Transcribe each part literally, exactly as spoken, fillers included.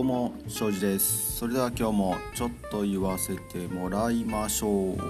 も庄司です。それでは今日もちょっと言わせてもらいましょう。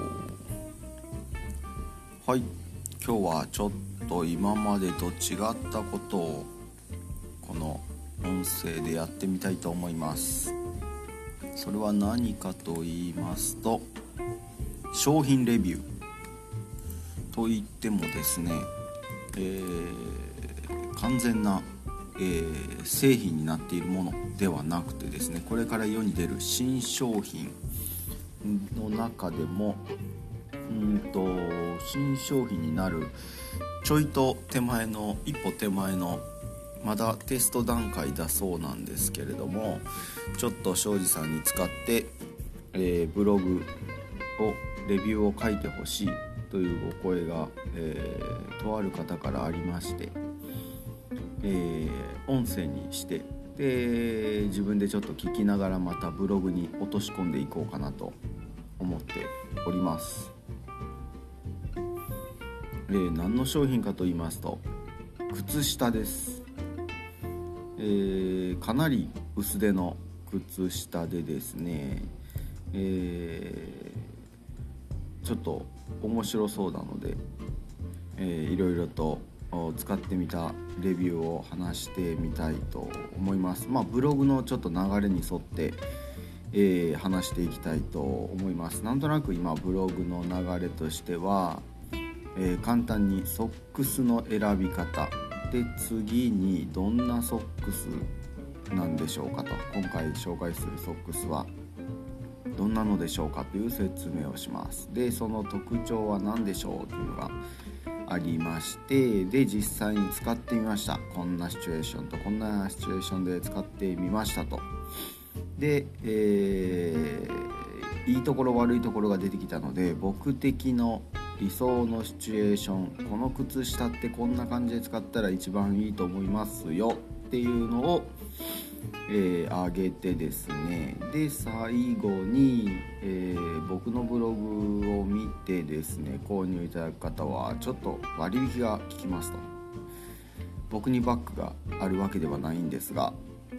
はい、今日はちょっと今までと違ったことをこの音声でやってみたいと思います。それは何かと言いますと、商品レビューと言ってもですね、えー、完全なえー、製品になっているものではなくてですね、これから世に出る新商品の中でもうんと新商品になるちょいと手前の一歩手前のまだテスト段階だそうなんですけれども、ちょっと庄司さんに使って、えー、ブログをレビューを書いてほしいというご声が、えー、とある方からありまして、えー、音声にしてで自分でちょっと聞きながらまたブログに落とし込んでいこうかなと思っております。えー、何の商品かと言いますと靴下です。えー、かなり薄手の靴下でですね、えー、ちょっと面白そうなので、えー、いろいろと使ってみたレビューを話してみたいと思います。まあブログのちょっと流れに沿って、えー、話していきたいと思います。なんとなく今ブログの流れとしては、えー、簡単にソックスの選び方で、次にどんなソックスなんでしょうかと、今回紹介するソックスはどんなのでしょうかという説明をします。でその特徴は何でしょうというのがありまして、で実際に使ってみました。こんなシチュエーションとこんなシチュエーションで使ってみましたと。で、えー、いいところ悪いところが出てきたので、僕的の理想のシチュエーション、この靴下ってこんな感じで使ったら一番いいと思いますよっていうのをえー、上げてですね、で最後に、えー、僕のブログを見てですね購入いただく方はちょっと割引が効きますと。僕にバッグがあるわけではないんですが、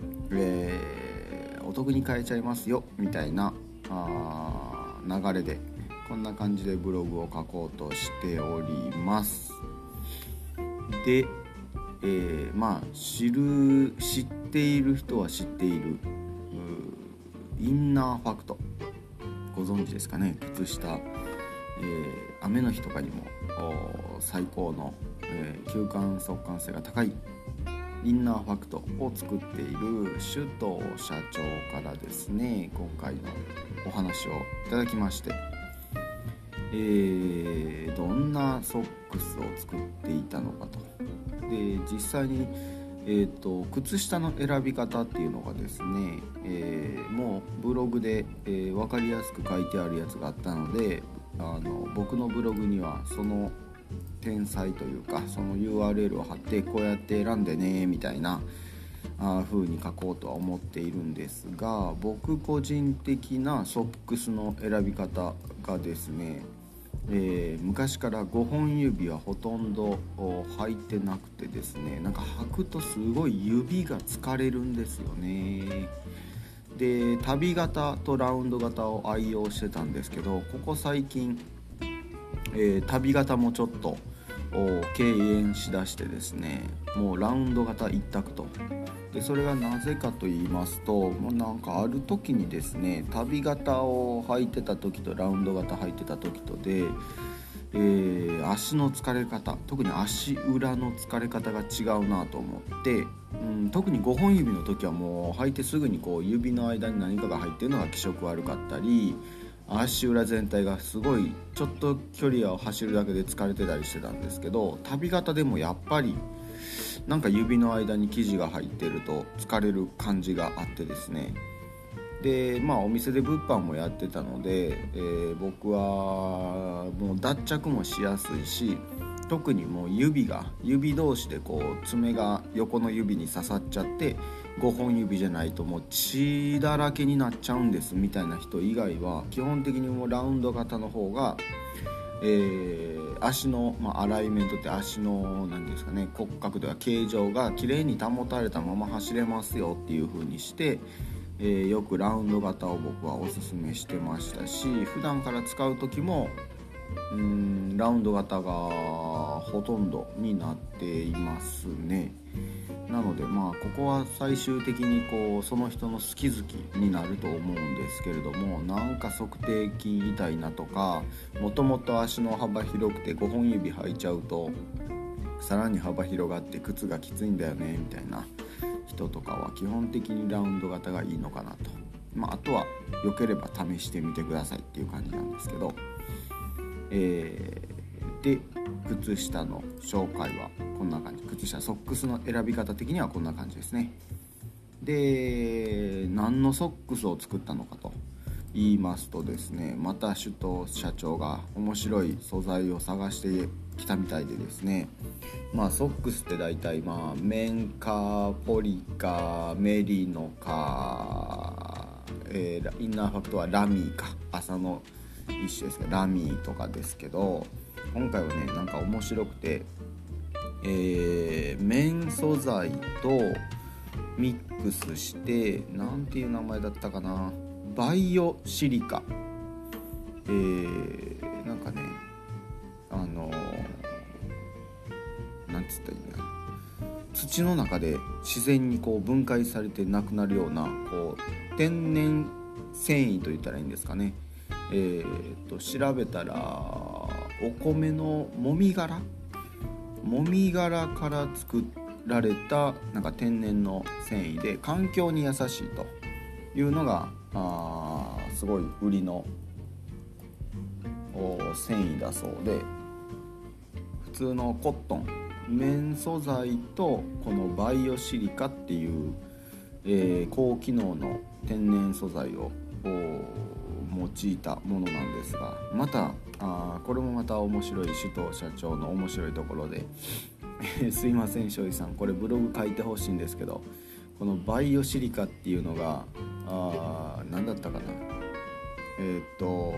えー、お得に買えちゃいますよみたいなあ流れでこんな感じでブログを書こうとしております。でえー、まあ知る知っている人は知っているインナーファクトご存知ですかね。靴下、えー、雨の日とかにも最高の、えー、吸汗速乾性が高いインナーファクトを作っている首藤社長からですね、今回のお話をいただきまして、えー、どんなソックスを作っていたのかと。で実際に、えーと、靴下の選び方っていうのがですね、えー、もうブログで、えー、分かりやすく書いてあるやつがあったので、あの僕のブログにはその転載というかその ユーアールエル を貼って、こうやって選んでねみたいなあ風に書こうとは思っているんですが、僕個人的なソックスの選び方がですね、えー、昔からごほん指はほとんど履いてなくてですね、なんか履くとすごい指が疲れるんですよね。で旅型とラウンド型を愛用してたんですけど、ここ最近、えー、旅型もちょっと敬遠しだしてですね、もうラウンド型一択と。でそれがなぜかと言いますと、もうなんかある時にですね、旅型を履いてた時とラウンド型履いてた時とで、えー、足の疲れ方、特に足裏の疲れ方が違うなと思って、うん、特にごほん指の時はもう履いてすぐにこう指の間に何かが入ってるのが気色悪かったり、足裏全体がすごいちょっと距離を走るだけで疲れてたりしてたんですけど、旅型でもやっぱりなんか指の間に生地が入ってると疲れる感じがあってですね。でまあお店で物販もやってたので、えー、僕はもう脱着もしやすいし、特にもう指が指同士でこう爪が横の指に刺さっちゃってごほん指じゃないともう血だらけになっちゃうんですみたいな人以外は基本的にもうラウンド型の方が、えー、足の、まあ、アライメントって足の何ですかね、骨格では形状がきれいに保たれたまま走れますよっていう風にして、 えー、よくラウンド型を僕はおすすめしてましたし、普段から使う時もうーんラウンド型がほとんどになっていますね。なのでまあここは最終的にこうその人の好き好きになると思うんですけれども、なんか測定器痛いなとか、もともと足の幅広くてごほん指履いちゃうとさらに幅広がって靴がきついんだよねみたいな人とかは基本的にラウンド型がいいのかなと、まあ、あとは良ければ試してみてくださいっていう感じなんですけど、えー、で靴下の紹介はこんな感じ。靴下ソックスの選び方的にはこんな感じですね。で何のソックスを作ったのかと言いますとですね、また首藤社長が面白い素材を探してきたみたいでですね、まあソックスって大体まあ綿かポリかメリノか、えー、インナーファクトはラミーか、麻の一種ですがラミーとかですけど、今回はねなんか面白くて、えー、綿素材とミックスしてなんていう名前だったかな、バイオシリカ、えー、なんかねあのー、なんつったらいいんだ、土の中で自然にこう分解されてなくなるようなこう天然繊維と言ったらいいんですかね。えー、と調べたらお米のもみ殻もみ殻から作られたなんか天然の繊維で環境に優しいというのがあすごい売りの繊維だそうで、普通のコットン綿素材とこのバイオシリカっていう、えー、高機能の天然素材を用いたものなんですが、またあこれもまた面白い首藤社長の面白いところですいません庄司さん、これブログ書いてほしいんですけど、このバイオシリカっていうのがあ何だったかな、えっ、ー、と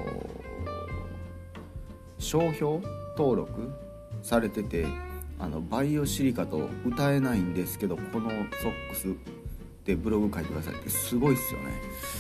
商標登録されてて、あのバイオシリカと歌えないんですけどこのソックスでブログ書いてくださいってすごいっすよね。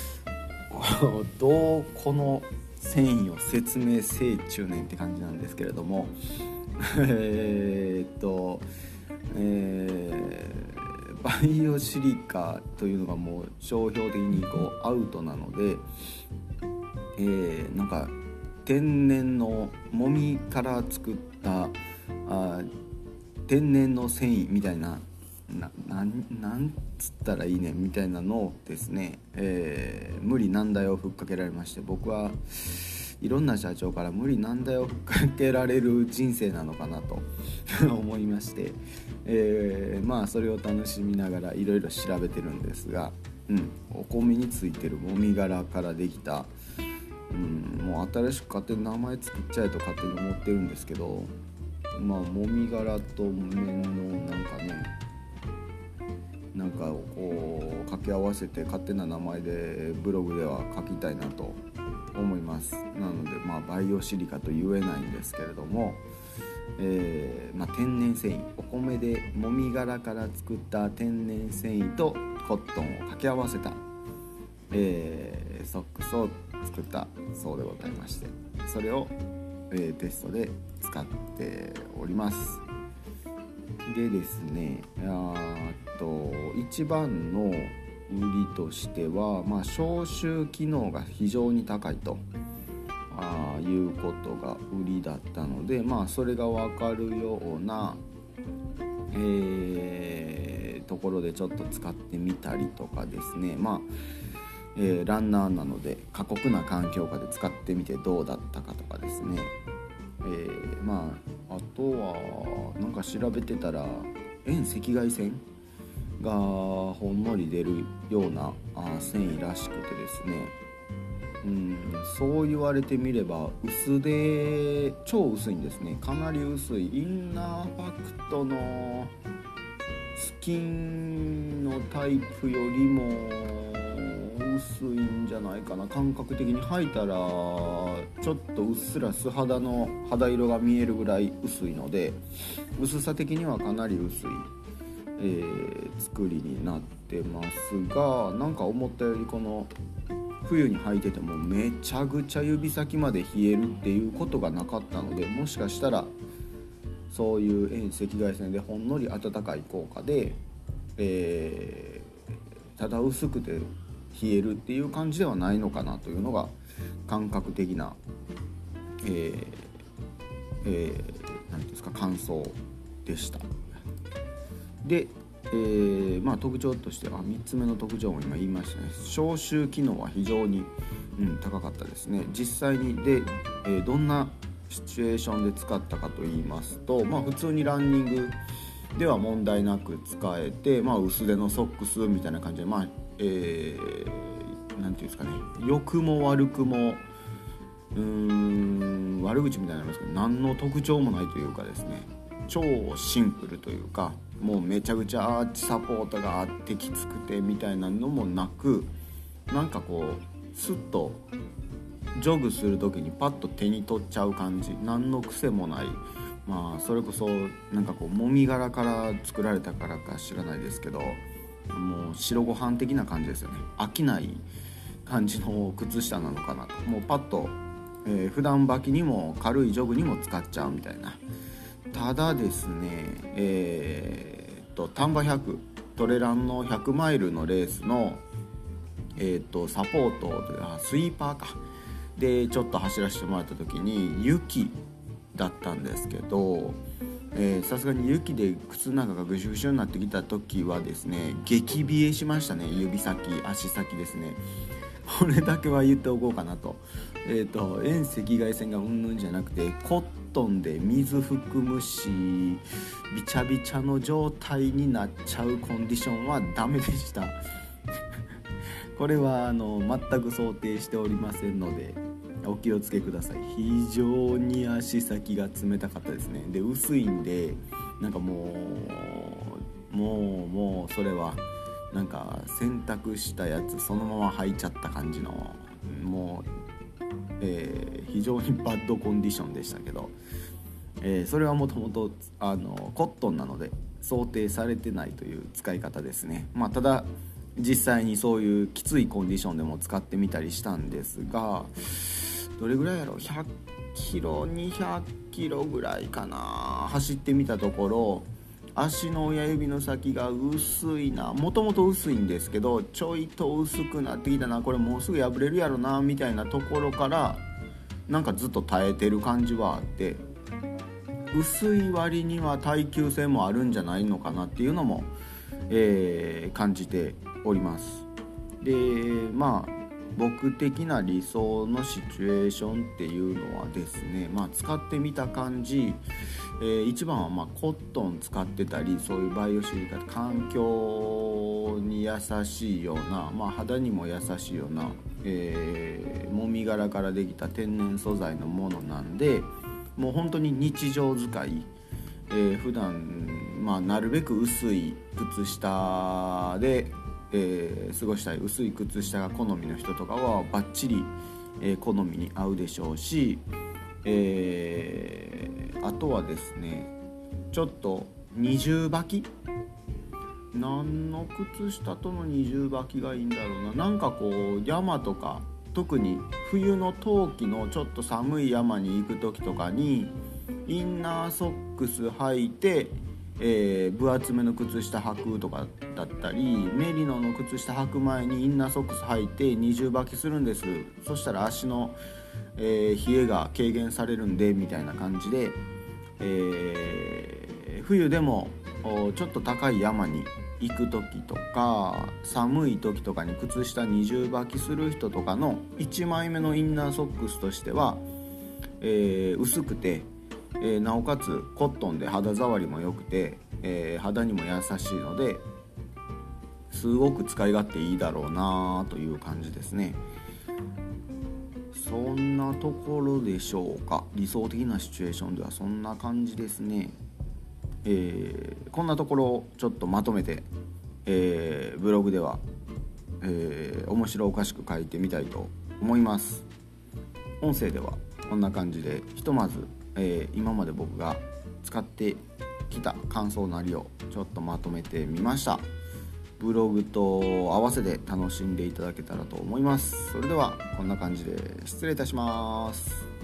どうこの繊維を説明せい中年って感じなんですけれどもえっと、えー、バイオシリカというのがもう商標的にこうアウトなので、えー、なんか天然のもみから作ったあ天然の繊維みたいなな, なんなんつったらいいねみたいなのをですね、えー、無理難題をふっかけられまして、僕はいろんな社長から無理難題をふっかけられる人生なのかなと思いまして、えー、まあそれを楽しみながらいろいろ調べてるんですが、うん、お米についてるもみ殻からできた、うん、もう新しく勝手に名前作っちゃえと勝手に思ってるんですけど、まあもみ殻と綿のなんかねなんかをこう掛け合わせて勝手な名前でブログでは書きたいなと思います。なのでまあバイオシリカと言えないんですけれども、えーまあ、天然繊維お米でもみ殻から作った天然繊維とコットンを掛け合わせた、えー、ソックスを作ったそうでございまして、それを、えー、テストで使っております。でですね、あと一番の売りとしては、まあ、消臭機能が非常に高いとあいうことが売りだったので、まあ、それが分かるような、えー、ところでちょっと使ってみたりとかですね、まあえー、ランナーなので過酷な環境下で使ってみてどうだったかとかですね、えー、まああとはなんか調べてたら遠赤外線がほんのり出るようなあ繊維らしくてですね、うん、そう言われてみれば薄で超薄いんですね。かなり薄いインナーファクトのスキンのタイプよりも薄いんじゃないかな。感覚的に履いたらちょっとうっすら素肌の肌色が見えるぐらい薄いので、薄さ的にはかなり薄い、 えー、作りになってますが、なんか思ったよりこの冬に履いててもめちゃくちゃ指先まで冷えるっていうことがなかったので、もしかしたらそういう遠赤外線でほんのり暖かい効果で、えー、ただ薄くて冷えるっていう感じではないのかなというのが感覚的な、えーえー、なんていうんですか、感想でした。で、えーまあ、特徴としてはみっつめの特徴も今言いましたね。消臭機能は非常に、うん、高かったですね。実際にで、えー、どんなシチュエーションで使ったかと言いますと、まあ、普通にランニングでは問題なく使えて、まあ、薄手のソックスみたいな感じで、まあえー、なんていうんですかね、良くも悪くもうーん悪口みたいになりますけど、何の特徴もないというかですね、超シンプルというか、もうめちゃくちゃアーチサポートがあってきつくてみたいなのもなく、なんかこうスッとジョグする時にパッと手に取っちゃう感じ、何の癖もない、まあそれこそなんかこうもみ殻から作られたからか知らないですけど、もう白ご飯的な感じですよね。飽きない感じの靴下なのかなと。もうパッと、えー、普段履きにも軽いジョグにも使っちゃうみたいな。ただですね、えー、っと丹波ひゃくトレランのひゃくマイルのレースの、えー、っとサポートあスイーパーかでちょっと走らせてもらった時に雪だったんですけど、さすがに雪で靴の中がぐしゅぐしゅになってきた時はですね、激冷えしましたね。指先足先ですね。これだけは言っておこうかなと。えっと遠赤外線がうんぬんじゃなくて、コットンで水含むしびちゃびちゃの状態になっちゃうコンディションはダメでしたこれはあの全く想定しておりませんのでお気をつけください。非常に足先が冷たかったですね。で薄いんで、なんかもうもうもうそれはなんか洗濯したやつそのまま履いちゃった感じの、もう、えー、非常にバッドコンディションでしたけど、えー、それはもともとあのコットンなので想定されてないという使い方ですね。まあただ実際にそういうきついコンディションでも使ってみたりしたんですが、どれぐらいやろう、ひゃっキロにひゃっキロぐらいかな、走ってみたところ足の親指の先が薄いな、もともと薄いんですけどちょいと薄くなってきたな、これもうすぐ破れるやろなみたいなところからなんかずっと耐えてる感じはあって、薄い割には耐久性もあるんじゃないのかなっていうのも、えー、感じております。でまあ僕的な理想のシチュエーションっていうのはですね、まあ使ってみた感じ、えー、一番はまあコットン使ってたり、そういうバイオシリカ環境に優しいような、まあ、肌にも優しいような、えー、もみ殻からできた天然素材のものなんで、もう本当に日常使い、えー、普段まあなるべく薄い靴下でえー、過ごしたい、薄い靴下が好みの人とかはバッチリ、えー、好みに合うでしょうし、えー、あとはですね、ちょっと二重履き、何の靴下との二重履きがいいんだろうな、なんかこう山とか特に冬の冬季のちょっと寒い山に行く時とかにインナーソックス履いて、えー、分厚めの靴下履くとかだったり、メリノの靴下履く前にインナーソックス履いて二重履きするんです。そしたら足の、えー、冷えが軽減されるんでみたいな感じで、えー、冬でもちょっと高い山に行く時とか寒い時とかに靴下二重履きする人とかのいちまいめのインナーソックスとしては、えー、薄くてえー、なおかつコットンで肌触りも良くて、えー、肌にも優しいのですごく使い勝手いいだろうなという感じですね。そんなところでしょうか。理想的なシチュエーションではそんな感じですね。えー、こんなところをちょっとまとめて、えー、ブログでは、えー、面白おかしく書いてみたいと思います。音声ではこんな感じでひとまずえー、今まで僕が使って来た感想なりをちょっとまとめてみました。ブログと合わせて楽しんでいただけたらと思います。それではこんな感じで失礼いたします。